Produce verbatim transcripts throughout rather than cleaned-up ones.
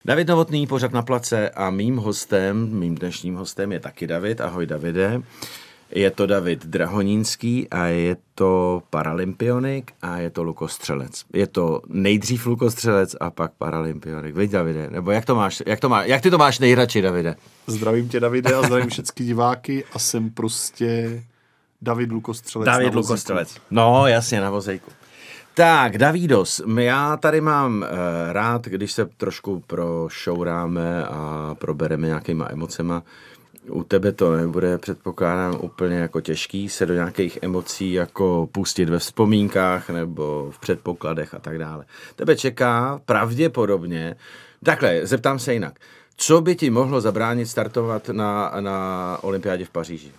David Novotný, pořad na place a mým hostem, mým dnešním hostem je taky David. Ahoj Davide. Je to David Drahonínský a je to paralympionik a je to lukostřelec. Je to nejdřív lukostřelec a pak paralympionik. Víš, Davide? Nebo jak to máš? Jak, to má, jak ty to máš nejradši, Davide? Zdravím tě, Davide, a zdravím všechny diváky a jsem prostě David lukostřelec. David lukostřelec. No, jasně, na vozejku. Tak, Davidos, já tady mám uh, rád, když se trošku prošouráme a probereme nějakýma emocema. U tebe to nebude, předpokládám, úplně jako těžký se do nějakých emocí jako pustit ve vzpomínkách nebo v předpokladech a tak dále. Tebe čeká pravděpodobně, takhle, zeptám se jinak, co by ti mohlo zabránit startovat na, na olympiádě v Paříži?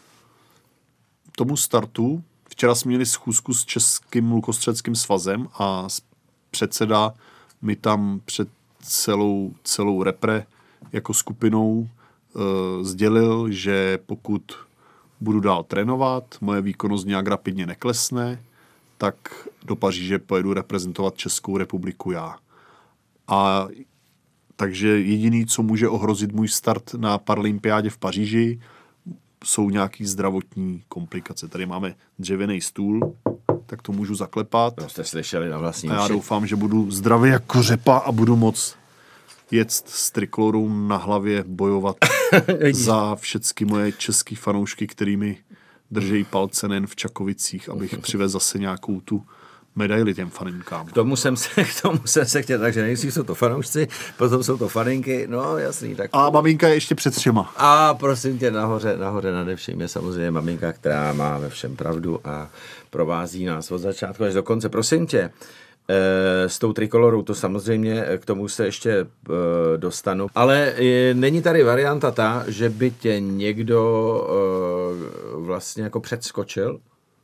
Tomu startu včera jsme měli schůzku s Českým lukostřeleckým svazem a předseda mi tam před celou, celou repre jako skupinou e, sdělil, že pokud budu dál trénovat, moje výkonnost nějak rapidně neklesne, tak do Paříže pojedu reprezentovat Českou republiku já. A takže jediný, co může ohrozit můj start na paralympiádě v Paříži, jsou nějaký zdravotní komplikace. Tady máme dřevěný stůl, tak to můžu zaklepat. No, jste slyšeli na vlastní A já doufám, že budu zdravý jako řepa a budu moc jet s trikolorou na hlavě, bojovat za všechny moje český fanoušky, kterými držejí palce nejen v Čakovicích, abych přivez zase nějakou tu medaili těm faninkám. K tomu jsem se, k tomu jsem se chtěl, takže nejdřív jsou to fanoušci, potom jsou to faninky, no jasný. Tak... A maminka je ještě před třema. A prosím tě, nahoře, nahoře nade vším je samozřejmě maminka, která má ve všem pravdu a provází nás od začátku až do konce. Prosím tě, e, s tou trikolorou to samozřejmě, k tomu se ještě e, dostanu, ale e, není tady varianta ta, že by tě někdo e, vlastně jako předskočil?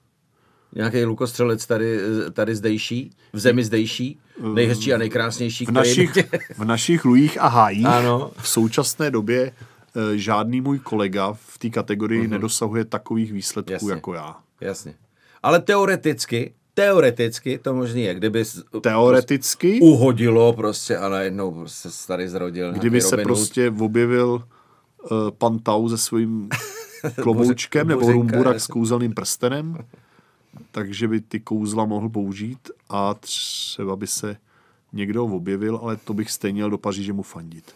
Nějaký lukostřelec tady, tady zdejší, v zemi zdejší, nejhezčí a nejkrásnější. V našich, tě... v našich lujích a hájích ano. V současné době e, žádný můj kolega v té kategorii uh-huh. nedosahuje takových výsledků Jasně. jako já. Jasně. Ale teoreticky, teoreticky to možný je, kdyby teoreticky prostě uhodilo prostě a najednou se tady zrodil. Kdyby se prostě objevil uh, pan Tau se svým kloboučkem nebo Rumburak s kouzelným prstenem, takže by ty kouzla mohl použít a třeba by se někdo objevil, ale to bych stejně měl do Paříže mu fandit.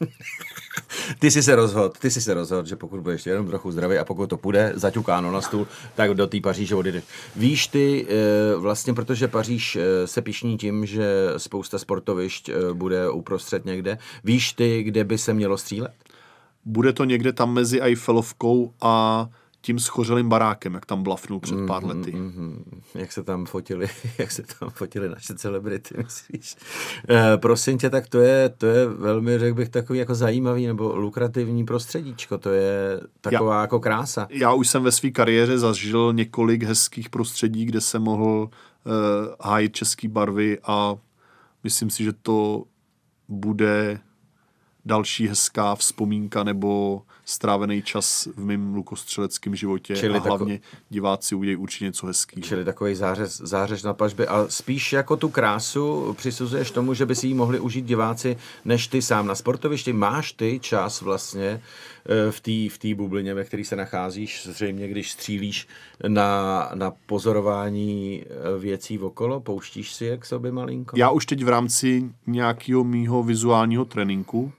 Ty jsi se rozhodl, ty jsi se rozhodl, že pokud budeš jenom trochu zdravý a pokud to půjde zaťukáno na stůl, tak do té Paříže odjedeš. Víš ty, vlastně protože Paříž se pyšní tím, že spousta sportovišť bude uprostřed někde, víš ty, kde by se mělo střílet? Bude to někde tam mezi Eiffelovkou a tím schořelým barákem, jak tam blafnul před pár mm, lety. Mm, mm, jak se tam fotili, jak se tam fotili naše celebrity, myslíš? E, prosím tě, tak to je, to je velmi, řekl bych, takový jako zajímavý nebo lukrativní prostředíčko, to je taková já, jako krása. Já už jsem ve své kariéře zažil několik hezkých prostředí, kde jsem mohl uh, hájit český barvy a myslím si, že to bude další hezká vzpomínka nebo strávený čas v mém lukostřeleckém životě. Čili a hlavně tako... diváci udějí určitě něco hezkého. Čili takový zářez, zářez na pažbě. A spíš jako tu krásu přisuzuješ tomu, že by si ji mohli užít diváci, než ty sám na sportovišti. Máš ty čas vlastně v té v té bublině, ve které se nacházíš, zřejmě když střílíš na, na pozorování věcí okolo, pouštíš si je k sobě malinko? Já už teď v rámci nějakého mýho vizuálního tréninku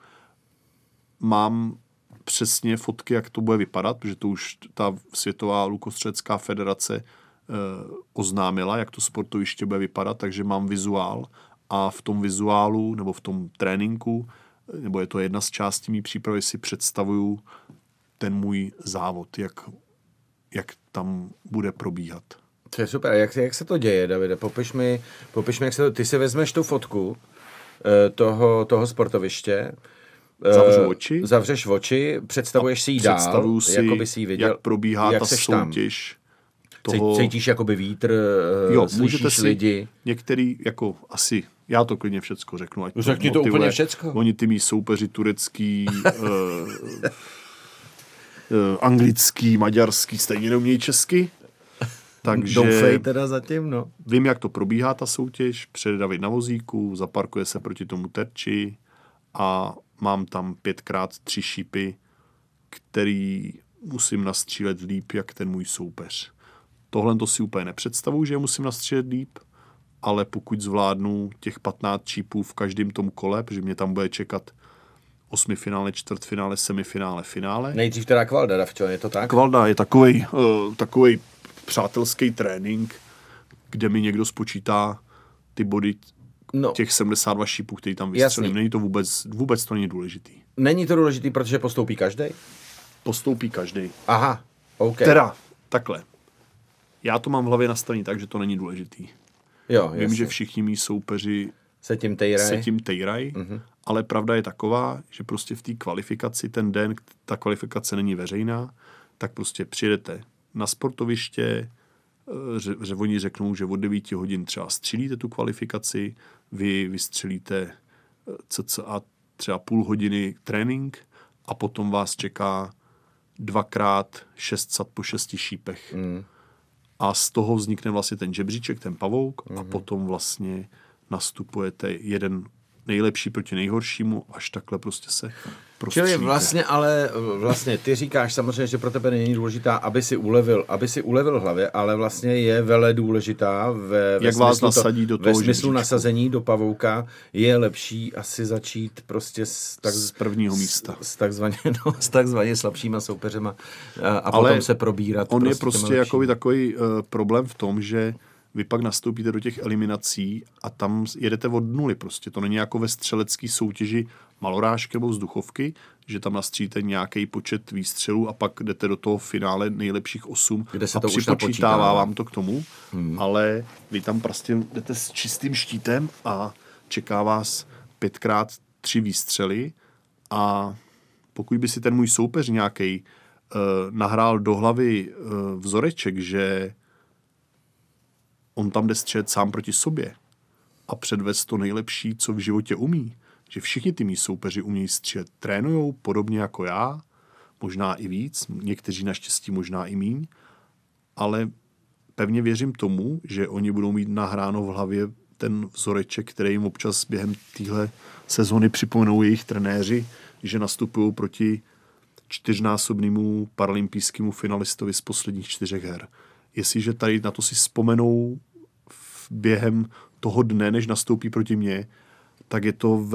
mám přesně fotky, jak to bude vypadat, protože to už ta Světová lukostřelecká federace e, oznámila, jak to sportoviště bude vypadat, takže mám vizuál a v tom vizuálu nebo v tom tréninku, nebo je to jedna z částí mý přípravy, si představuju ten můj závod, jak, jak tam bude probíhat. To je super. Jak, jak se to děje, Davide? Popiš mi, popiš mi, jak se to... Ty si vezmeš tu fotku e, toho, toho sportoviště, Zavřu oči. Zavřeš oči, představuješ si ji dál, si, jako by si ji viděl. Jak probíhá jak ta soutěž. Toho... Cítíš jakoby vítr, jo, slyšíš si lidi. Některý, jako asi, já to klidně všecko řeknu. Ať Řekni to, to úplně všecko. Oni ty mý soupeři turecký, uh, uh, anglický, maďarský, stejně neumějí česky. Takže doufej teda zatím, no. Vím, jak to probíhá ta soutěž, přijede David na vozíku, zaparkuje se proti tomu terči a mám tam pětkrát tři šípy, který musím nastřílet líp, jak ten můj soupeř. Tohle to si úplně nepředstavuji, že musím nastřílet líp, ale pokud zvládnu těch patnáct šípů v každém tom kole, protože mě tam bude čekat osmifinále, čtvrtfinále, semifinále, finále. Nejdřív teda Kvalda, Davčo, je to tak? Kvalda je takovej, uh, takovej přátelský trénink, kde mi někdo spočítá ty body no. těch sedmdesát dva šípů, který tam vystřelím. Není to vůbec, vůbec to není důležitý. Není to důležitý, protože postoupí každý? Postoupí každý. Aha, OK. Teda, takhle. Já to mám v hlavě nastavený tak, že to není důležitý. Jo, Vím, jasně. že všichni mý soupeři se tím tejraj, se tím tejraj mm-hmm. ale pravda je taková, že prostě v té kvalifikaci ten den, ta kvalifikace není veřejná, tak prostě přijedete na sportoviště, že, že oni řeknou, že od devíti hodin třeba střílíte tu kvalifikaci, vy vystřelíte cca třeba půl hodiny trénink a potom vás čeká dvakrát šest set po šesti šípech. Mm. A z toho vznikne vlastně ten žebříček, ten pavouk mm-hmm. a potom vlastně nastupujete jeden nejlepší proti nejhoršímu, až takhle prostě se prostřílíte. Čili vlastně, ale vlastně ty říkáš samozřejmě, že pro tebe není důležitá, aby si ulevil, aby si ulevil hlavě, ale vlastně je vele důležitá ve, ve Jak vás nasadí do toho ve smyslu nasazení do pavouka je lepší asi začít prostě s, tak, z prvního místa. S, s, takzvaně, no, s takzvaně slabšíma soupeřema a, a potom se probírat. On prostě je prostě jakoby takový uh, problém v tom, že vy pak nastoupíte do těch eliminací a tam jedete od nuly prostě. To není jako ve střelecké soutěži malorážky nebo vzduchovky, že tam nastříte nějaký počet výstřelů a pak jdete do toho finále nejlepších osm kde se a to připočítává vám to k tomu, hmm. ale vy tam prostě jdete s čistým štítem a čeká vás pětkrát tři výstřely a pokud by si ten můj soupeř nějaký uh, nahrál do hlavy uh, vzoreček, že on tam jde střelet sám proti sobě a předvést to nejlepší, co v životě umí. Že všichni ty mý soupeři umějí střílet. Trénujou podobně jako já, možná i víc, někteří naštěstí možná i míň, ale pevně věřím tomu, že oni budou mít nahráno v hlavě ten vzoreček, který jim občas během téhle sezony připomenou jejich trenéři, že nastupují proti čtyřnásobnému paralympijskému finalistovi z posledních čtyřech her. Jestliže tady na to si vzpomenou během toho dne, než nastoupí proti mně, tak je to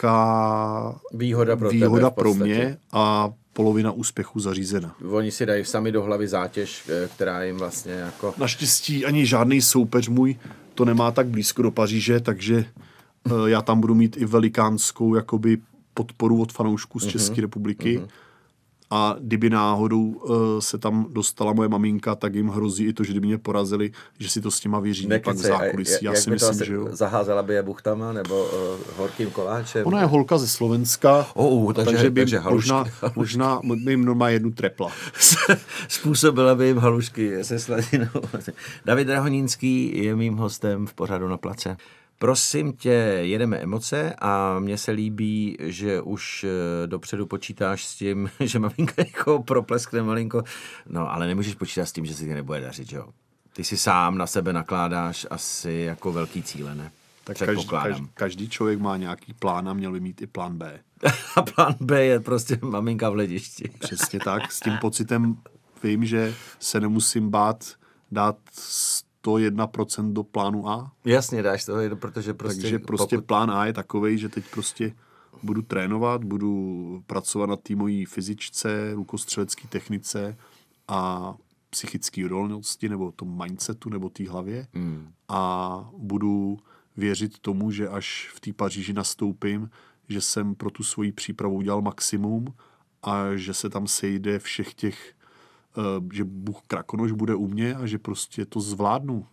velká výhoda pro, výhoda tebe pro mě a polovina úspěchu zařízena. Oni si dají sami do hlavy zátěž, která jim vlastně jako... Naštěstí ani žádný soupeř můj to nemá tak blízko do Paříže, takže uh, já tam budu mít i velikánskou jakoby podporu od fanoušků z České mm-hmm. republiky. Mm-hmm. A kdyby náhodou uh, se tam dostala moje maminka, tak jim hrozí i to, že kdyby mě porazili, že si to s těma vyřídí Nekece, pak v zákulisí. Já si myslím, že jo. Zaházela by je buchtama nebo uh, horkým koláčem? Ona je holka ze Slovenska, oh, takže, takže by takže možná, možná by jim normálně jednu trepla. Způsobila by jim halušky se sladinou. David Drahonínský je mým hostem v pořadu Na place. Prosím tě, jedeme emoce a mně se líbí, že už dopředu počítáš s tím, že maminka jako propleskne malinko. No, ale nemůžeš počítat s tím, že se ti nebude dařit, jo? Ty si sám na sebe nakládáš asi jako velký cíle, ne? Tak každý, každý, každý člověk má nějaký plán a měl by mít i plán B. A plán B je prostě maminka v hledišti. Přesně tak, s tím pocitem vím, že se nemusím bát dát sto jedna procent do plánu A. Jasně, dáš to, protože prostě... Takže prostě pokud... plán A je takovej, že teď prostě budu trénovat, budu pracovat na té mojí fyzičce, lukostřelecké technice a psychické odolnosti, nebo tom mindsetu, nebo té hlavě. Hmm. A budu věřit tomu, že až v té Paříži nastoupím, že jsem pro tu svoji přípravu udělal maximum a že se tam sejde všech těch že Bůh Krakonoš bude u mě a že prostě to zvládnu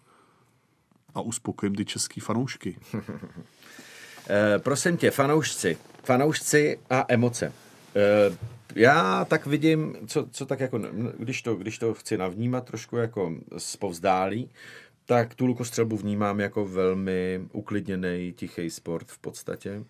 a uspokojím ty český fanoušky. e, prosím tě, fanoušci, fanoušci a emoce. E, já tak vidím, co, co tak jako, když to, když to chci navnímat trošku jako zpovzdálí, tak tu lukostřelbu vnímám jako velmi uklidněný, tichý sport v podstatě.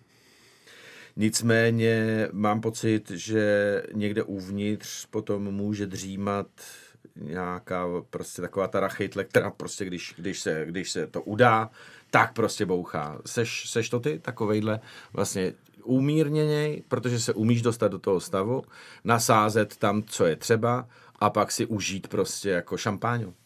Nicméně mám pocit, že někde uvnitř potom může dřímat nějaká prostě taková ta rachejtle, která prostě když, když, se, když se to udá, tak prostě bouchá. Seš, seš to ty takovejhle vlastně umírněněj, protože se umíš dostat do toho stavu, nasázet tam, co je třeba a pak si užít prostě jako šampáňu.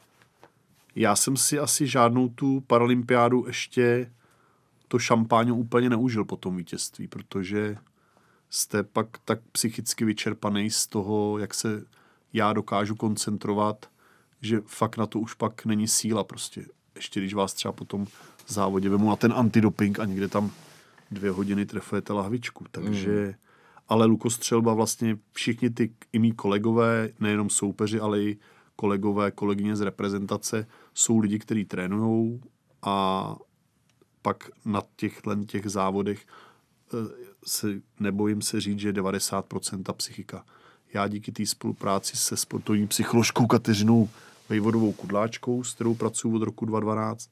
Já jsem si asi žádnou tu paralympiádu ještě to šampáňu úplně neužil po tom vítězství, protože jste pak tak psychicky vyčerpaný z toho, jak se já dokážu koncentrovat, že fakt na to už pak není síla prostě. Ještě když vás třeba po tom závodě vemu na ten antidoping a někde tam dvě hodiny trefujete lahvičku. Takže, mm. ale lukostřelba vlastně všichni ty i mý kolegové, nejenom soupeři, ale i kolegové, kolegyně z reprezentace jsou lidi, kteří trénujou a pak na těchto těch závodech se, nebojím se říct, že devadesát procent ta psychika. Já díky té spolupráci se sportovní psycholožkou Kateřinou Vejvodovou Kudláčkou, s kterou pracuji od roku dva tisíce dvanáct,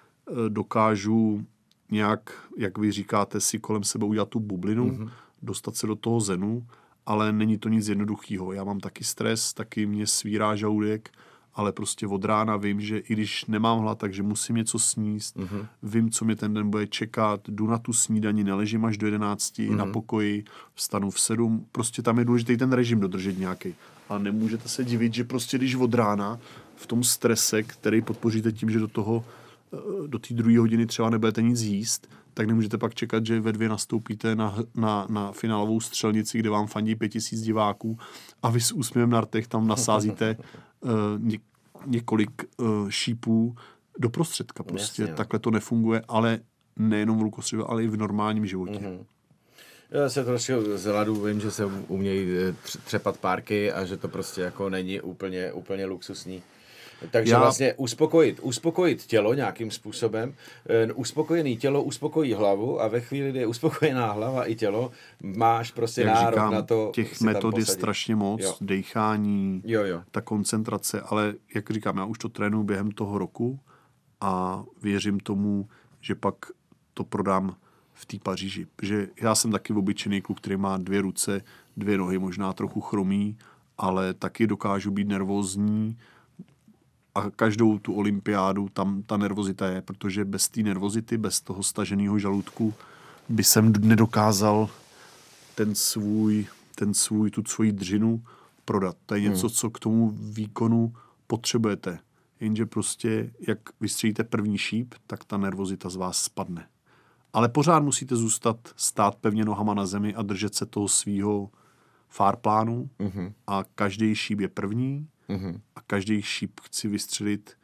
dokážu nějak, jak vy říkáte, si kolem sebe udělat tu bublinu, mm-hmm. dostat se do toho zenu, ale není to nic jednoduchého. Já mám taky stres, taky mě svírá žaludek, ale prostě od rána vím, že i když nemám hlad, takže musím něco sníst, mm-hmm. vím, co mě ten den bude čekat, jdu na tu snídani, neležím až do jedenácti mm-hmm. na pokoji, vstanu v sedm, prostě tam je důležitý ten režim dodržet nějaký. A nemůžete se divit, že prostě když od rána v tom strese, který podpoříte tím, že do toho, do té druhé hodiny třeba nebudete nic jíst, tak nemůžete pak čekat, že ve dvě nastoupíte na, na, na finálovou střelnici, kde vám fandí pět tisíc diváků a vy s úsměvem na rtech tam nasázíte uh, ně, několik uh, šípů do prostředka. Prostě jasně, takhle to nefunguje, ale nejenom v lukostřelbě, ale i v normálním životě. Mm-hmm. Já se trošku z hladu vím, že se umějí třepat párky a že to prostě jako není úplně, úplně luxusní. Takže Já... vlastně uspokojit, uspokojit tělo nějakým způsobem, uspokojený tělo uspokojí hlavu a ve chvíli, kdy je uspokojená hlava i tělo, máš prostě jak nárok říkám, na to. Těch metod je strašně moc, jo. dejchání, jo, jo. ta koncentrace, ale jak říkám, já už to trénuju během toho roku a věřím tomu, že pak to prodám v té Paříži. Že já jsem taky obyčejný kluk, který má dvě ruce, dvě nohy, možná trochu chromý, ale taky dokážu být nervózní a každou tu olympiádu tam ta nervozita je, protože bez té nervozity, bez toho staženého žaludku by jsem nedokázal ten svůj, ten svůj, tu svoji dřinu prodat. To je něco, co k tomu výkonu potřebujete. Jenže prostě, jak vystřelíte první šíp, tak ta nervozita z vás spadne. Ale pořád musíte zůstat, stát pevně nohama na zemi a držet se toho svýho fárplánu mm-hmm. a každý šíp je první mm-hmm. a každý šíp chci vystřelit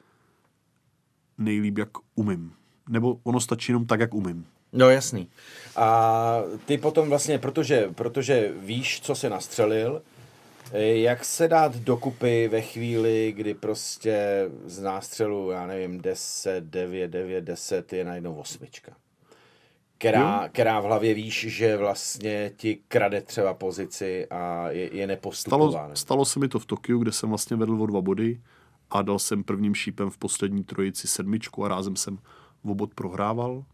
nejlíp, jak umím. Nebo ono stačí jenom tak, jak umím. No jasný. A ty potom vlastně, protože, protože víš, co jsi nastřelil, jak se dát dokupy ve chvíli, kdy prostě z nástřelu, já nevím, deset, devět, devět, deset je najednou osmička. Která, která v hlavě víš, že vlastně ti krade třeba pozici a je, je nepostupované. Stalo, stalo se mi to v Tokiu, kde jsem vlastně vedl o dva body a dal jsem prvním šípem v poslední trojici sedmičku a rázem jsem o bod prohrával.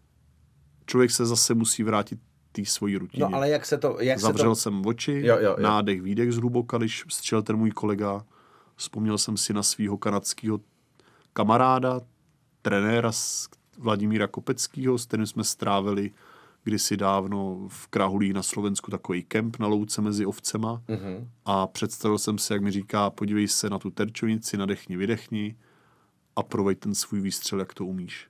Člověk se zase musí vrátit té svojí rutině. No ale jak se to... Jak Zavřel se to... jsem oči, jo, jo, jo. nádech, výdech zhluboka, když střelil ten můj kolega. Vzpomněl jsem si na svého kanadského kamaráda, trenéra Vladimíra Kopeckého, s kterým jsme strávili kdysi dávno v Krahulí na Slovensku takový kemp na louce mezi ovcema mm-hmm. a představil jsem si, jak mi říká, podívej se na tu terčovnici, nadechni, vydechni a proveď ten svůj výstřel, jak to umíš.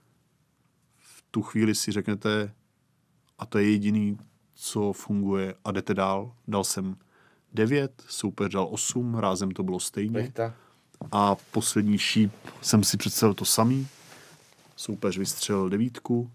V tu chvíli si řeknete, a to je jediný, co funguje a jdete dál. Dal jsem devět, soupeř dal osm, rázem to bylo stejně. Pechta. A poslední šíp jsem si představil to samý. Soupeř vystřelil devítku.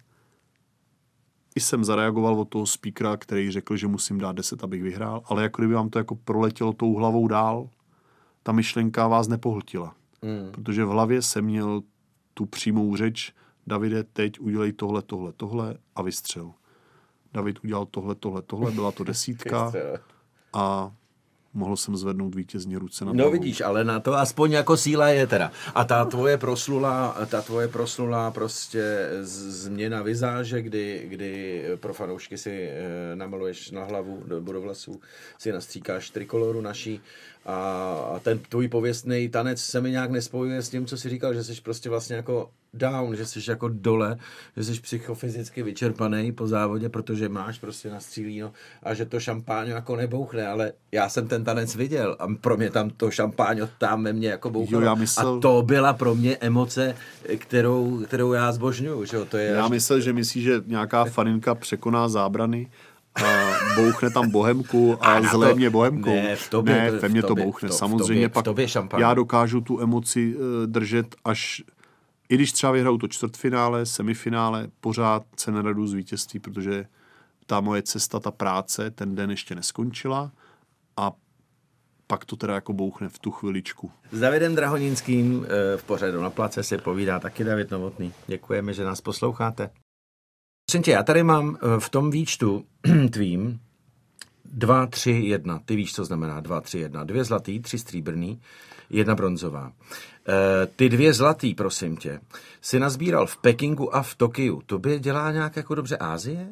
I jsem zareagoval od toho speakera, který řekl, že musím dát deset, abych vyhrál, ale jako kdyby vám to jako proletělo tou hlavou dál, ta myšlenka vás nepohltila. Mm. Protože v hlavě jsem měl tu přímou řeč, Davide, teď udělej tohle, tohle, tohle a vystřel. David udělal tohle, tohle, tohle, byla to desítka a mohl jsem zvednout vítězně ruce na No hlavou. Vidíš, ale na to aspoň jako síla je teda. A ta tvoje proslula, ta tvoje proslula prostě změna vizáže, kdy, kdy pro fanoušky si e, namaluješ na hlavu, do, do vlasů, si nastříkáš trikoloru naší a, a ten tvůj pověstný tanec se mi nějak nespojuje s tím, co jsi říkal, že jsi prostě vlastně jako down, že jsi jako dole, že jsi psychofyzicky vyčerpaný po závodě, protože máš prostě nastřílíno a že to šampáň jako nebouchne, ale já jsem ten tanec viděl a pro mě tam to šampáň tam ve mně jako bouchalo. Jo, já myslel... A to byla pro mě emoce, kterou, kterou já zbožňuju. Že? To je já až... myslel, že myslíš, že nějaká faninka překoná zábrany a bouchne tam bohemku a, a zlé mě bohemkou. Ne, v tobě, ne, ve mně v tobě, to bouchne. v to, Samozřejmě v tobě, pak v tobě já dokážu tu emoci uh, držet až, i když třeba vyhraju to čtvrtfinále, semifinále, pořád se neradu z vítězství, protože ta moje cesta, ta práce, ten den ještě neskončila a pak to teda jako bouchne v tu chviličku. S Davidem Drahoninským v pořadu Na place si povídá taky David Novotný. Děkujeme, že nás posloucháte. Prosím tě, já tady mám v tom výčtu tvým dva, tři, jedna. Ty víš, co znamená dva, tři, jedna. Dvě zlatý, tři stříbrný, jedna bronzová. E, ty dvě zlatý, prosím tě, si nazbíral v Pekingu a v Tokiu. Tobě dělá nějak jako dobře Asie?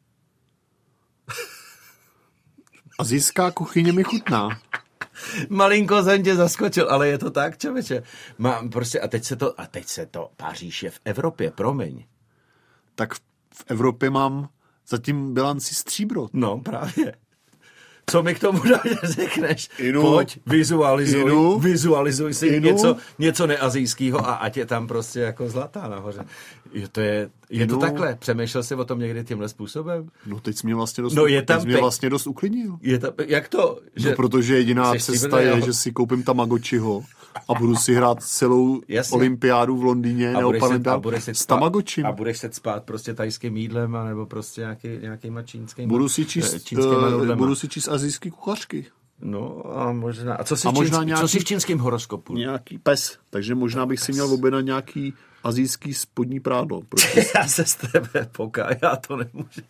Asijská kuchyně mi chutná. Malinko jsem tě zaskočil, ale je to tak, čověče. Mám prostě, a teď se to, a teď se to, Paříž je v Evropě, promiň. Tak v, v Evropě mám zatím bilanci stříbro. No, právě. Co mi k tomu dál řekneš? Inu. Pojď, vizualizuj, Inu. vizualizuj si Inu. něco, něco neazijského a ať je tam prostě jako zlatá nahoře. Je to, je, je to takhle? Přemýšlel jsi o tom někdy tímhle způsobem? No teď jsi mě vlastně dost, no, je tam teď mě pe... vlastně dost uklidnil. Je tam, jak to? Že... No, protože jediná Jseš cesta je, že si koupím Tamagotchiho a budu si hrát celou Jasně. olympiádu v Londýně nebo s Tamagotchim. A budeš se spát prostě tajským jídlem nebo prostě nějaký, nějakýma čínskýma Budu si číst, uh, budu si číst asijský kuchařky. No a možná. A co si, a v, možná čínský, nějaký, co si v čínském horoskopu? Nějaký pes. Takže možná bych pes. si měl objednat nějaký asijský spodní prádlo. Prostě... Já se z tebe poká, já to nemůžu.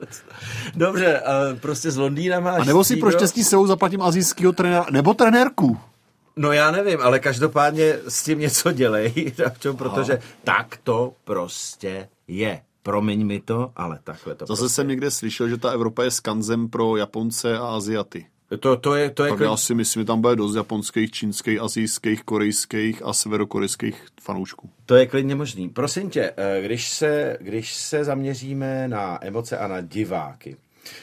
Dobře, a prostě z Londýna máš... A nebo si pro štěstí sebou zaplatím asijskýho trenéra, nebo trenérku. No já nevím, ale každopádně s tím něco dělej, protože Aha. tak to prostě je. Promiň mi to, ale takhle to Zase prostě jsem někde slyšel, že ta Evropa je skanzem pro Japonce a Aziaty. To, to je, to je tak já si myslím, že tam bude dost japonských, čínských, asijských, korejských a severokorejských fanoušků. To je klidně možný. Prosím tě, když se, když se zaměříme na emoce a na diváky,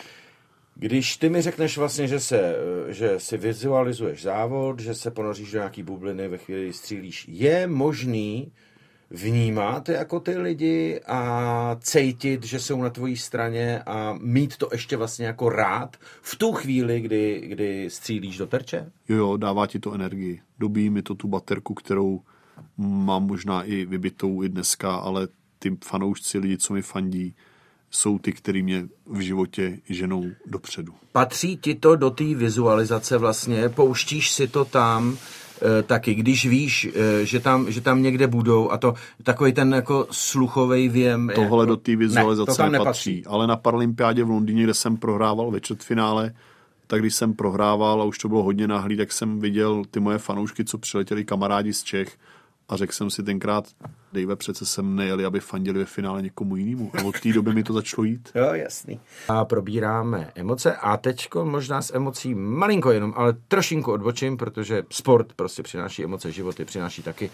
když ty mi řekneš vlastně, že, se, že si vizualizuješ závod, že se ponoříš do nějaký bubliny ve chvíli, kdy střílíš, je možný vnímat jako ty lidi a cítit, že jsou na tvojí straně a mít to ještě vlastně jako rád v tu chvíli, kdy, kdy střílíš do terče? Jo, jo, dává ti to energii. Dobíjí mi to tu baterku, kterou mám možná i vybitou i dneska, ale ty fanoušci, lidi, co mi fandí, jsou ty, který mě v životě ženou dopředu. Patří ti to do té vizualizace vlastně? Pouštíš si to tam e, taky, když víš, e, že, tam, že tam někde budou a to takový ten jako sluchovej věm. Tohle jako... do té vizualizace ne, to nepatří. nepatří. Ale na Paralympiádě v Londýně, kde jsem prohrával ve čtvrtfinále, tak když jsem prohrával a už to bylo hodně náhlý, tak jsem viděl ty moje fanoušky, co přiletěli kamarádi z Čech a řekl jsem si tenkrát, Dejve, přece jsem nejeli, aby fandili ve finále někomu jinému. A od té doby mi to začalo jít. Jo, jasný. A probíráme emoce a teďko možná s emocí malinko jenom, ale trošinku odbočím, protože sport prostě přináší emoce, životy přináší taky.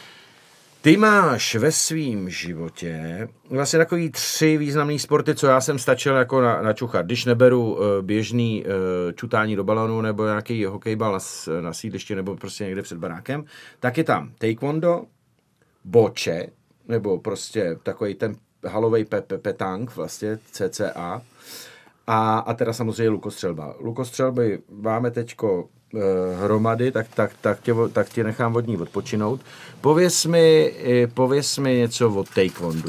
Ty máš ve svým životě vlastně takový tři významný sporty, co já jsem stačil jako na, načuchat. Když neberu uh, běžný uh, čutání do balonu nebo nějaký hokejbal na, na sídlišti nebo prostě někde před barákem, tak je tam taekwondo, boče, nebo prostě takový ten halovej pe, pe, petang, vlastně C C A, a, a teda samozřejmě lukostřelba. Lukostřelby máme teďko e, hromady, tak, tak, tak, tě, tak tě nechám od ní odpočinout. Pověz mi, pověz mi něco o taekwondu.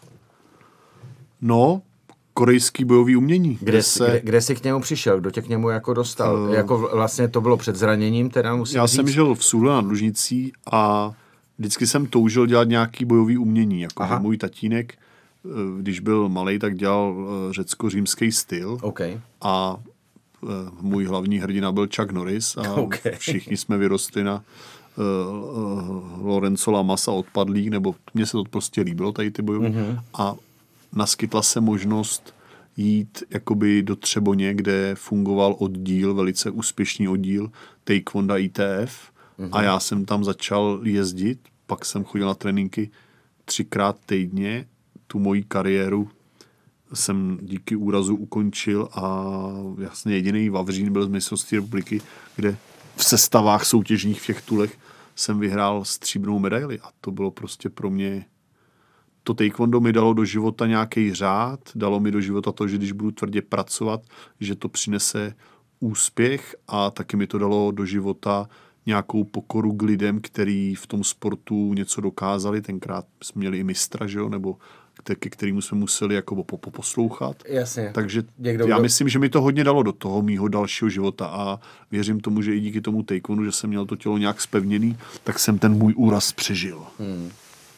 No, korejský bojový umění. Kde, se... kde, kde jsi k němu přišel? Kdo tě k němu jako dostal? Uh, jako vlastně to bylo před zraněním, teda musím Já říct. jsem žil v Súle nad Lužnicí a vždycky jsem toužil dělat nějaký bojový umění. Jako můj tatínek, když byl malej, tak dělal řecko-římský styl. Okay. A můj hlavní hrdina byl Chuck Norris. A okay. Všichni jsme vyrostli na uh, uh, Lorenzo Lamasa odpadlík, nebo mně se to prostě líbilo, tady ty bojový. Mm-hmm. A naskytla se možnost jít jakoby do Třeboně, kde fungoval oddíl, velice úspěšný oddíl Taekwonda I T F. Mm-hmm. A já jsem tam začal jezdit, pak jsem chodil na tréninky třikrát týdně tu moji kariéru jsem díky úrazu ukončil a jasně jediný Vavřín byl z mistrovství republiky, kde v sestavách soutěžních v těch tulech jsem vyhrál stříbrnou medaili a to bylo prostě pro mě, to taekwondo mi dalo do života nějaký řád, dalo mi do života to, že když budu tvrdě pracovat, že to přinese úspěch a taky mi to dalo do života nějakou pokoru k lidem, který v tom sportu něco dokázali, tenkrát jsme měli i mistra, že jo, nebo ke kterému jsme museli jako poslouchat. Jasně. Takže Někdo, já kdo... myslím, že mi to hodně dalo do toho mýho dalšího života a věřím tomu, že i díky tomu taekwondu, že jsem měl to tělo nějak spevněný, tak jsem ten můj úraz přežil. Hmm.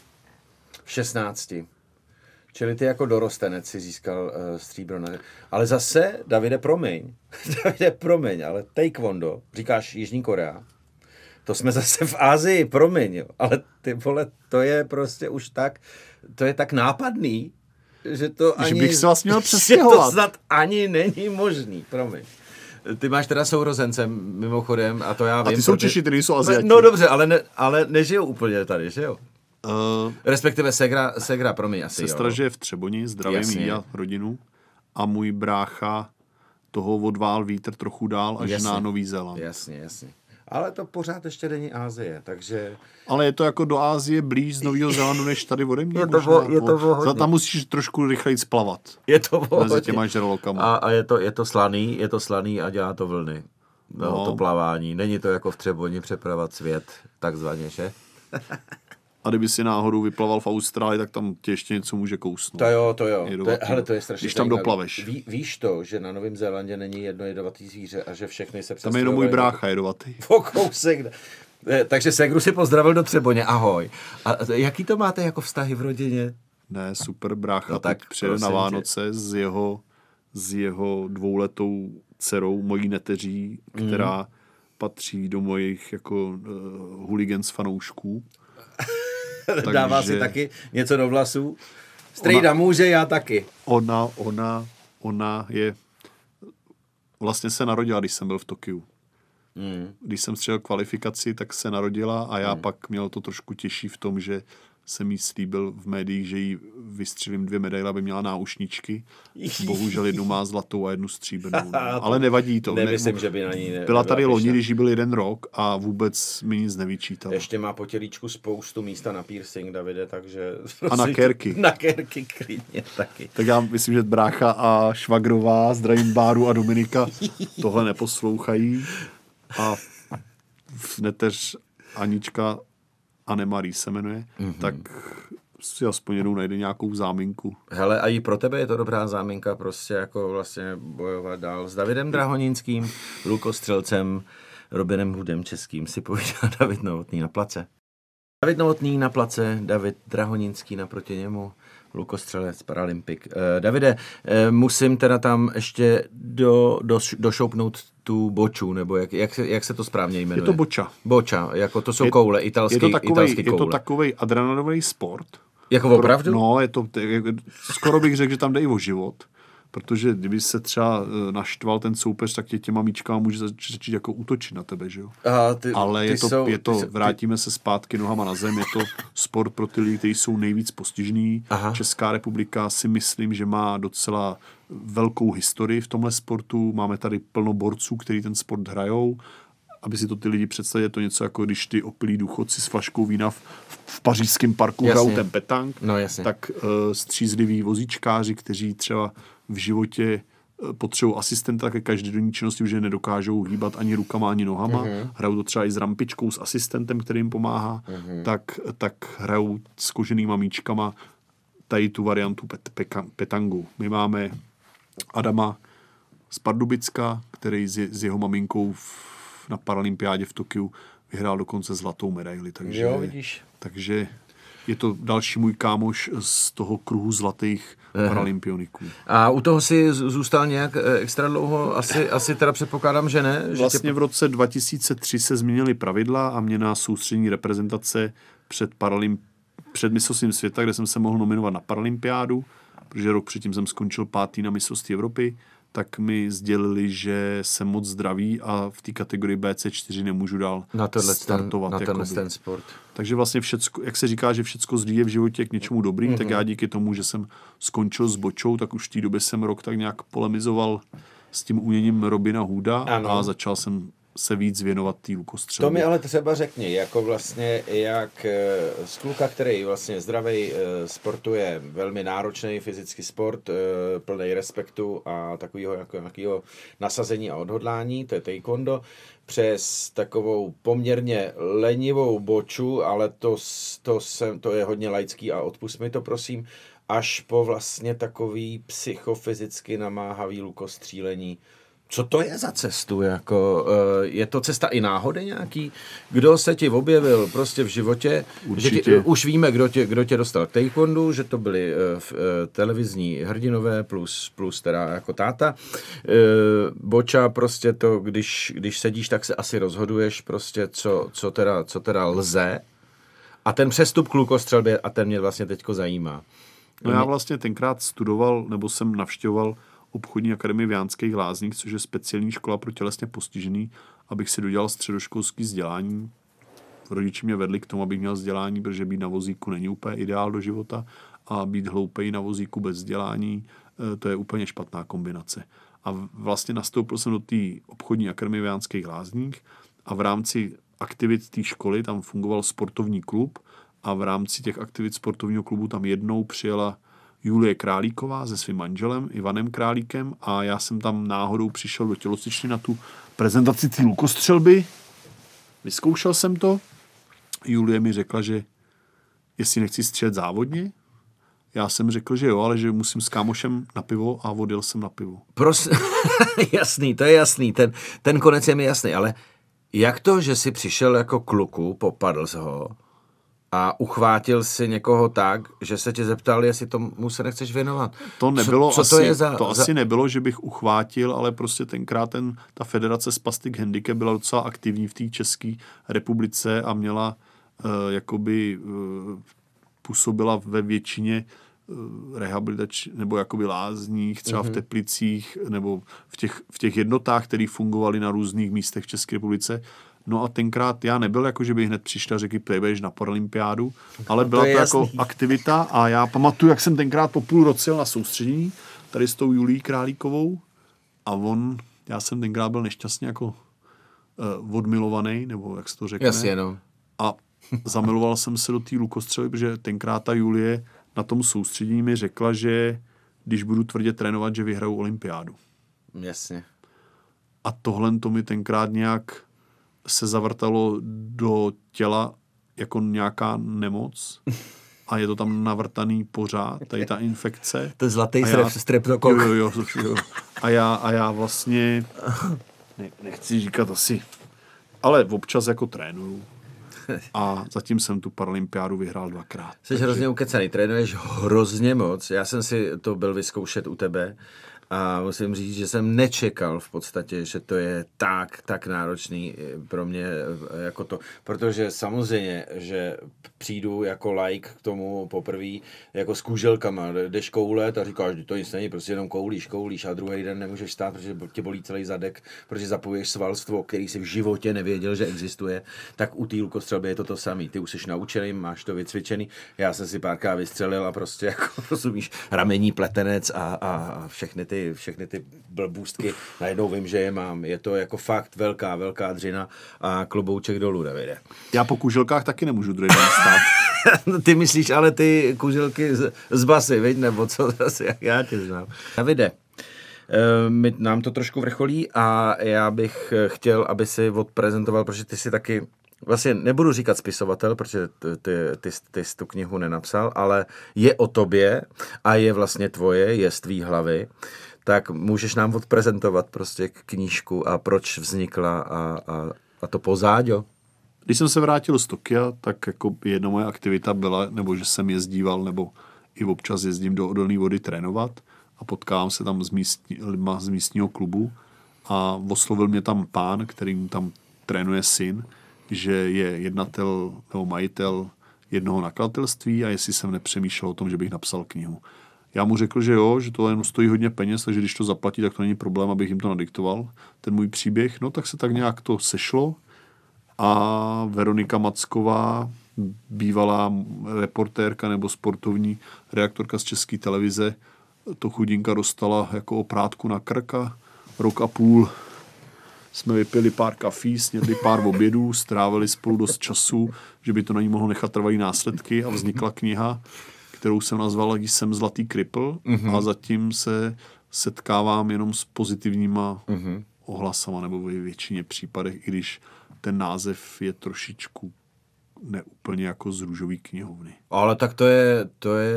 V šestnácti. Čili ty jako dorostenec si získal uh, stříbro. Ne? Ale zase, Davide, promiň. Davide, promiň, ale taekwondo, říkáš Jižní Korea, to jsme zase v Asii, promiň, jo. Ale ty vole, to je prostě už tak, to je tak nápadný, že to ani... Že bych se vlastně měl přestěhovat. To snad ani není možný, promiň. Ty máš teda sourozence mimochodem a to já vím. A ty jsou Češi, ty nejsou Aziati. No dobře, ale, ne, ale nežijou úplně tady, že jo? Uh, Respektive Segra, Segra promiň asi, sestra jo. žije v Třeboni, zdravím jí a rodinu. A můj brácha toho odvál vítr trochu dál až jasně, na Nový Zéland. Jasně, jasně. Ale to pořád ještě není Asie, takže... Ale je to jako do Asie blíž z Nového Zélandu, než tady ode mě. Je to, vo, je to vo, tam musíš trošku rychleji splavat. Je to mezi těma žralokama. A, a je, to, je to slaný, je to slaný a dělá to vlny. No, no. To plavání. Není to jako v Třeboni přepravovat svět, takzvaně, že? A kdyby si náhodou vyplaval v Austrálii, tak tam tě ještě něco může kousnout. To jo, to jo. To je, hele, to je strašně když tam zajímavý. doplaveš. Ví, víš to, že na Novém Zélandě není jedno jedovatý zvíře a že všechny se přestěhovají. Tam je jenom můj brácha jedovatý. Po kousek. Takže Segru si pozdravil do Třeboně, ahoj. A jaký to máte jako vztahy v rodině? Ne, super brácha. No tak přijede na Vánoce s jeho, s jeho dvouletou dcerou, mojí neteří, která mm. patří do mojich jako uh, hooligans fanoušků. Dává Takže si taky něco do vlasů? Strejda může, já taky. Ona, ona, ona je... Vlastně se narodila, když jsem byl v Tokiu. Mm. Když jsem střelil kvalifikaci, tak se narodila a já mm. pak měl to trošku těžší v tom, že jsem jí slíbil v médiích, že jí vystřelím dvě medaile, aby měla náušničky. Bohužel jednu má zlatou a jednu stříbrnou. Ale nevadí to. Nemyslím, ne, že by na ní ne, byla tady loni, když jí byl jeden rok a vůbec mi nic nevyčítala. Ještě má po tělíčku spoustu místa na piercing, Davide, takže... A na kérky. Na kérky klidně taky. Tak já myslím, že brácha a švagrová, zdravím Báru a Dominika, tohle neposlouchají. A neteř Anička Anemarie se jmenuje, mm-hmm. tak si aspoň jednou najde nějakou záminku. Hele, a i pro tebe je to dobrá záminka prostě jako vlastně bojovat dál s Davidem Drahoninským, lukostřelcem, Robinem Hudem českým, si povídá David Novotný na place. David Novotný na place, David Drahoninský naproti němu, lukostřelec, paralympik. Eh, Davide, eh, musím teda tam ještě do, do, došoupnout tu boču, nebo jak, jak, se, jak se to správně jmenuje? Je to boča. Boča, jako to jsou je, koule, italský, je to takovej, italský koule. Je to takovej adrenalinový sport. Jako opravdu? No, je to, skoro bych řekl, že tam jde i o život. Protože kdyby se třeba naštval ten soupeř, tak tě těma míčkama může začít jako útočit na tebe, že jo? Aha, ty, ale ty je to, jsou, je to ty, vrátíme se zpátky nohama na zem, je to sport pro ty lidi, kteří jsou nejvíc postižní. Aha. Česká republika si myslím, že má docela velkou historii v tomhle sportu. Máme tady plno borců, kteří ten sport hrajou. Aby si to ty lidi představili, je to něco jako když ty opilí důchodci s flaškou vína v, v pařížském parku hrajou ten petang, no, tak uh, střízliví vozíčkáři, kteří třeba v životě uh, potřebují asistenta ke každodenní činnosti, že nedokážou hýbat ani rukama, ani nohama, mm-hmm. hrajou to třeba i s rampičkou, s asistentem, který jim pomáhá, mm-hmm. tak, tak hrajou s koženýma míčkama tady tu variantu pet, peka, petangu. My máme Adama z Pardubicka, který s, s jeho maminkou v na paralympiádě v Tokiu vyhrál dokonce zlatou medaili. Takže, jo, vidíš. Takže je to další můj kámoš z toho kruhu zlatých Aha. paralympioniků. A u toho si zůstal nějak extra dlouho? Asi, asi teda předpokládám, že ne? Že vlastně tě... v roce dva tisíce tři se změnily pravidla a mě na soustřední reprezentace před, paralymp... před mistrovstvím světa, kde jsem se mohl nominovat na paralympiádu, protože rok předtím jsem skončil pátý na mistrovství Evropy, tak mi sdělili, že jsem moc zdravý a v té kategorii bé cé čtyři nemůžu dál na startovat. Ten, na tenhle ten sport. Takže vlastně všecko, jak se říká, že všecko zlý je v životě k něčemu dobrým, mm-hmm. tak já díky tomu, že jsem skončil s bočou, tak už v té době jsem rok tak nějak polemizoval s tím uměním Robina Hooda ano. a začal jsem se víc věnovat té lukostřelbě. To mi ale třeba řekni, jako vlastně jak z kluka, který vlastně zdravej sportuje, velmi náročný fyzický sport, plný respektu a takového jako nějakého nasazení a odhodlání, to je taekwondo, přes takovou poměrně lenivou boču, ale to, to, jsem, to je hodně laický a odpust mi to prosím, až po vlastně takový psychofyzicky namáhavý lukostřílení. Co to je za cestu? Jako, je to cesta i náhody nějaký? Kdo se ti objevil prostě v životě? Že ti, už víme, kdo tě, kdo tě dostal k taekwondu, že to byli uh, televizní hrdinové plus, plus teda jako táta. Uh, boča prostě to, když, když sedíš, tak se asi rozhoduješ prostě, co, co, teda, co teda lze. A ten přestup k lukostřelbě, a ten mě vlastně teďko zajímá. No já vlastně tenkrát studoval, nebo jsem navštěvoval obchodní akademii v Jánských Lázních, což je speciální škola pro tělesně postižený, abych si dodělal středoškolský vzdělání. Rodiči mě vedli k tomu, abych měl vzdělání, protože být na vozíku není úplně ideál do života a být hloupej na vozíku bez vzdělání, to je úplně špatná kombinace. A vlastně nastoupil jsem do té obchodní akademie v Jánských Lázních a v rámci aktivit té školy tam fungoval sportovní klub a v rámci těch aktivit sportovního klubu tam jednou přijela Julie Králíková se svým manželem Ivanem Králíkem a já jsem tam náhodou přišel do tělocvičny na tu prezentaci té lukostřelby. Vyzkoušel jsem to. Julie mi řekla, že jestli nechci střílet závodně. Já jsem řekl, že jo, ale že musím s kámošem na pivo a odjel jsem na pivo. Prosím, jasný, to je jasný. Ten, ten konec je mi jasný, ale jak to, že jsi přišel jako kluku, popadl z ho a uchvátil si někoho tak, že se tě zeptal, jestli tomu se nechceš věnovat. To nebylo, co, co asi, to je za, to za... asi nebylo, že bych uchvátil, ale prostě tenkrát ten, ta federace Spastic Handicap byla docela aktivní v té České republice a měla uh, jakoby uh, působila ve většině uh, rehabilitační nebo jakoby lázních, třeba mm-hmm. v Teplicích nebo v těch, v těch jednotách, které fungovaly na různých místech v České republice. No a tenkrát já nebyl jako, že bych hned přišel a řekl, přejdeš na paralympiádu, ale byla to, to jako aktivita a já pamatuju, jak jsem tenkrát po půl roce na soustředění tady s tou Julí Králíkovou a on, já jsem tenkrát byl nešťastně jako uh, odmilovaný, nebo jak se to řekne. Jasně, no. A zamiloval jsem se do té lukostřely, protože tenkrát ta Julie na tom soustředění mi řekla, že když budu tvrdě trénovat, že vyhraju olympiádu. Jasně. A tohle to mi tenkrát nějak se zavrtalo do těla jako nějaká nemoc a je to tam navrtaný pořád, tady ta infekce. To je zlatý streptokok. Jo, jo, jo, jo. A já, a já vlastně ne, nechci říkat asi, ale občas jako trénuju. A zatím jsem tu paralympiádu vyhrál dvakrát. Jsi takže... hrozně ukecaný, trénuješ hrozně moc. Já jsem si to byl vyzkoušet u tebe a musím říct, že jsem nečekal v podstatě, že to je tak, tak náročný pro mě jako to, protože samozřejmě, že přijdu jako like k tomu poprvé jako s kůželkama, jdeš koulet a říkáš, že to nic není, prostě jenom koulíš, koulíš a druhý den nemůžeš stát, protože tě bolí celý zadek, protože zapojuješ svalstvo, který si v životě nevěděl, že existuje, tak u té lukostřelby je to to samý. Ty už jsi naučený, máš to vycvičený, já jsem si párkrát vystřelil a prostě jako rozumíš, ramení, pletenec a, a všechny ty všechny ty blbůstky, najednou vím, že je mám. Je to jako fakt velká, velká dřina a klobouček dolů, Davide. Já po kuželkách taky nemůžu druhý den stát. Ty myslíš ale ty kuželky z, z basy, viď? Nebo co zase, jak já tě znám. Davide, my, nám to trošku vrcholí a já bych chtěl, aby si odprezentoval, protože ty si taky vlastně nebudu říkat spisovatel, protože ty, ty, ty, ty jsi tu knihu nenapsal, ale je o tobě a je vlastně tvoje, je z tvý hlavy, tak můžeš nám odprezentovat prostě knížku a proč vznikla a, a, a to pozáďo. Když jsem se vrátil z Tokia, tak jako jedna moje aktivita byla, nebo že jsem jezdíval, nebo i občas jezdím do odolné vody trénovat a potkávám se tam s, místní, lidma z místního klubu a oslovil mě tam pán, který tam trénuje syn, že je jednatel nebo majitel jednoho nakladatelství a jestli jsem nepřemýšlel o tom, že bych napsal knihu. Já mu řekl, že jo, že to jenom stojí hodně peněz, takže když to zaplatí, tak to není problém, abych jim to nadiktoval, ten můj příběh. No tak se tak nějak to sešlo a Veronika Macková, bývalá reportérka nebo sportovní redaktorka z České televize, to chudinka dostala jako oprátku na krk a rok a půl jsme vypili pár kafí, snědli pár obědů, strávili spolu dost času, že by to na ní mohlo nechat trvalý následky a vznikla kniha, kterou jsem nazval Jsem zlatý kripl mm-hmm. a zatím se setkávám jenom s pozitivníma mm-hmm. ohlasama nebo ve většině případech, i když ten název je trošičku neúplně jako z růžový knihovny. Ale tak to je, to je,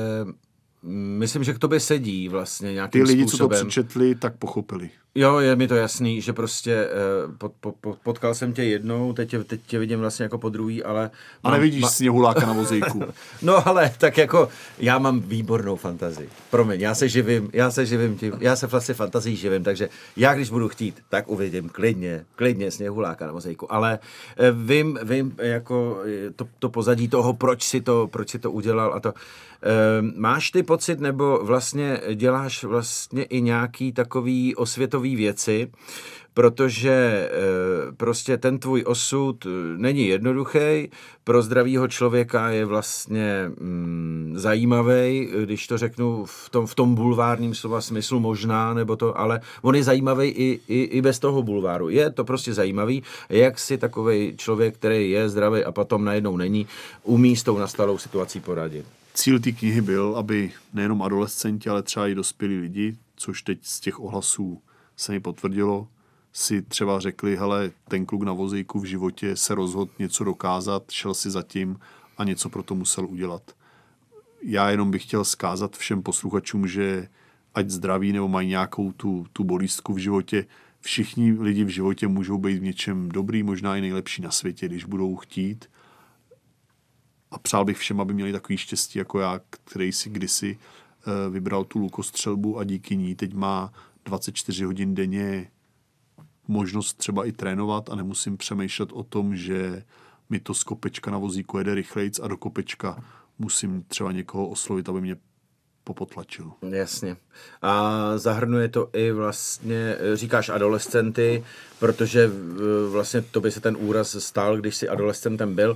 myslím, že k tobě sedí vlastně nějakým způsobem. Ty lidi, způsobem. co to přečetli, tak pochopili. Jo, je mi to jasný, že prostě uh, pod, pod, potkal jsem tě jednou, teď tě, teď tě vidím vlastně jako po druhý, ale... A nevidíš ma... sněhuláka na vozejku. No ale tak jako já mám výbornou fantazii. Promiň, já se živím, já se živím tím, já se vlastně fantazii živím, takže já když budu chtít, tak uvidím klidně, klidně sněhuláka na vozejku, ale uh, vím, vím jako to, to pozadí toho, proč si to, proč si to udělal a to... Uh, máš ty pocit, nebo vlastně děláš vlastně i nějaký takový osvětový věci, protože e, prostě ten tvůj osud není jednoduchý, pro zdravýho člověka je vlastně mm, zajímavý, když to řeknu v tom, v tom bulvárním slova smyslu možná, nebo to, ale on je zajímavý i, i, i bez toho bulváru. Je to prostě zajímavý, jak si takovej člověk, který je zdravý a potom najednou není, umí s tou nastalou situací poradit. Cíl té knihy byl, aby nejenom adolescenti, ale třeba i dospělí lidi, což teď z těch ohlasů se mi potvrdilo, si třeba řekli, hele, ten kluk na vozejku v životě se rozhodl něco dokázat, šel si za tím a něco pro to musel udělat. Já jenom bych chtěl vzkázat všem posluchačům, že ať zdraví nebo mají nějakou tu, tu bolístku v životě, všichni lidi v životě můžou být v něčem dobrý, možná i nejlepší na světě, když budou chtít. A přál bych všem, aby měli takový štěstí jako já, který si kdysi uh, vybral tu lukostřelbu a díky ní teď má dvacet čtyři hodin denně možnost třeba i trénovat a nemusím přemýšlet o tom, že mi to z kopečka na vozíku jede rychlejc a do kopečka musím třeba někoho oslovit, aby mě popotlačil. Jasně. A zahrnuje to i vlastně, říkáš adolescenty, protože vlastně tobě se ten úraz stal, když jsi adolescentem byl,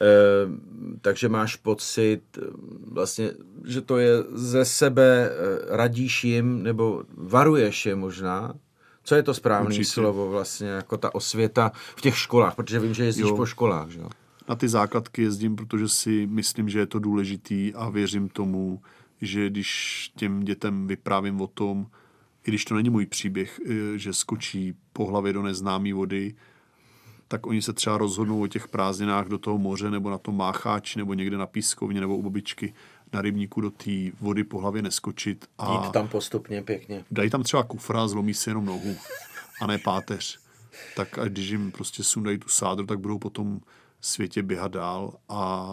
takže máš pocit vlastně, že to je ze sebe, radíš jim nebo varuješ je možná. Co je to správné Určitě. slovo vlastně, jako ta osvěta v těch školách, protože vím, že jezdíš jo. po školách, že jo? Na ty základky jezdím, protože si myslím, že je to důležitý a věřím tomu, že když těm dětem vyprávím o tom, i když to není můj příběh, že skočí po hlavě do neznámé vody, tak oni se třeba rozhodnou o těch prázdninách do toho moře nebo na tom mácháči nebo někde na pískovně nebo u babičky na rybníku do té vody po hlavě neskočit. A jít tam postupně pěkně. Dají tam třeba kufra, zlomí si jenom nohu a ne páteř. Tak a když jim prostě sundají tu sádru, tak budou po tom světě běhat dál a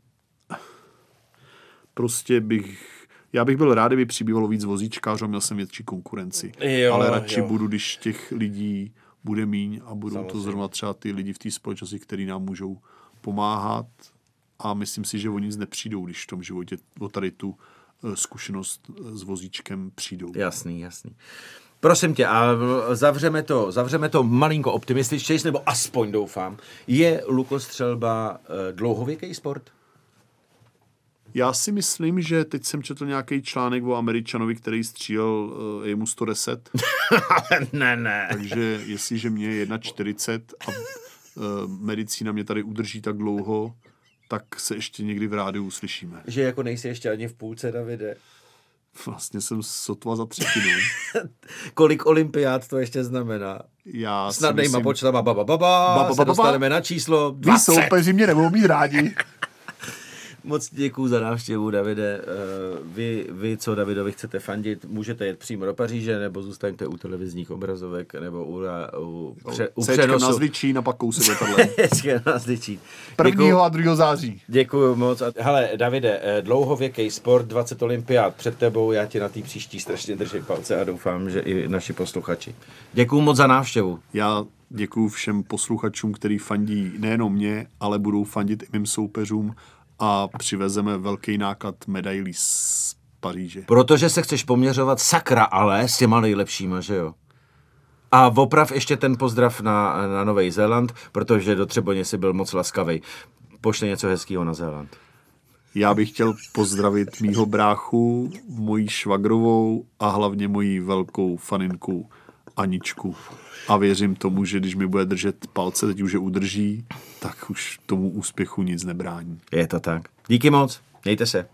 prostě bych, já bych byl rád, kdyby přibývalo víc vozíčkářů a měl jsem větší konkurenci. Jo, ale radši jo. budu, když těch lidí bude míň a budou Samozřejmě. to zrovna třeba ty lidi v té společnosti, který nám můžou pomáhat a myslím si, že oni nic nepřijdou, když v tom životě o tady tu zkušenost s vozíčkem přijdou. Jasný, jasný. Prosím tě, a zavřeme to, zavřeme to malinko optimističtější, nebo aspoň doufám. Je lukostřelba dlouhověký sport? Já si myslím, že teď jsem četl nějaký článek o Američanovi, který střílel, je mu sto deset. ne, ne. Takže jestliže mě je čtyřicet jedna a uh, medicína mě tady udrží tak dlouho, tak se ještě někdy v rádiu uslyšíme. Že jako nejsi ještě ani v půlce, Davide. Vlastně jsem sotva za třetinu. Kolik olympiád to ještě znamená? Já snadnejma myslím... počtama, ba, ba, ba, ba, ba, ba, se dostaneme na číslo dvacet. Vy soupeři mě nebudou mít rádi. Moc děkuju za návštěvu, Davide. Vy, vy, co Davidovi chcete fandit, můžete jet přímo do Paříže, nebo zůstaňte u televizních obrazovek, nebo u, u, pře, u přenosu. na Zličín a pak kousek letadlem. na Zličín. prvního a druhého září. Děkuju moc. Hele, Davide, dlouhověký sport, dvacet olympiád před tebou, já ti na té příští strašně držím palce a doufám, že i naši posluchači. Děkuju moc za návštěvu. Já děkuju všem posluchačům, který fandí nejenom mě, ale budou fandit i mým soupeřům, a přivezeme velký náklad medailí z Paříže. Protože se chceš poměřovat sakra, ale s těma nejlepšíma, že jo? A oprav ještě ten pozdrav na, na Nový Zéland, protože do Třeboně si byl moc laskavej. Pošli něco hezkýho na Zéland. Já bych chtěl pozdravit mýho bráchu, mojí švagrovou a hlavně mojí velkou faninku Aničku. A věřím tomu, že když mi bude držet palce, teď už je udrží, tak už tomu úspěchu nic nebrání. Je to tak. Díky moc. Mějte se.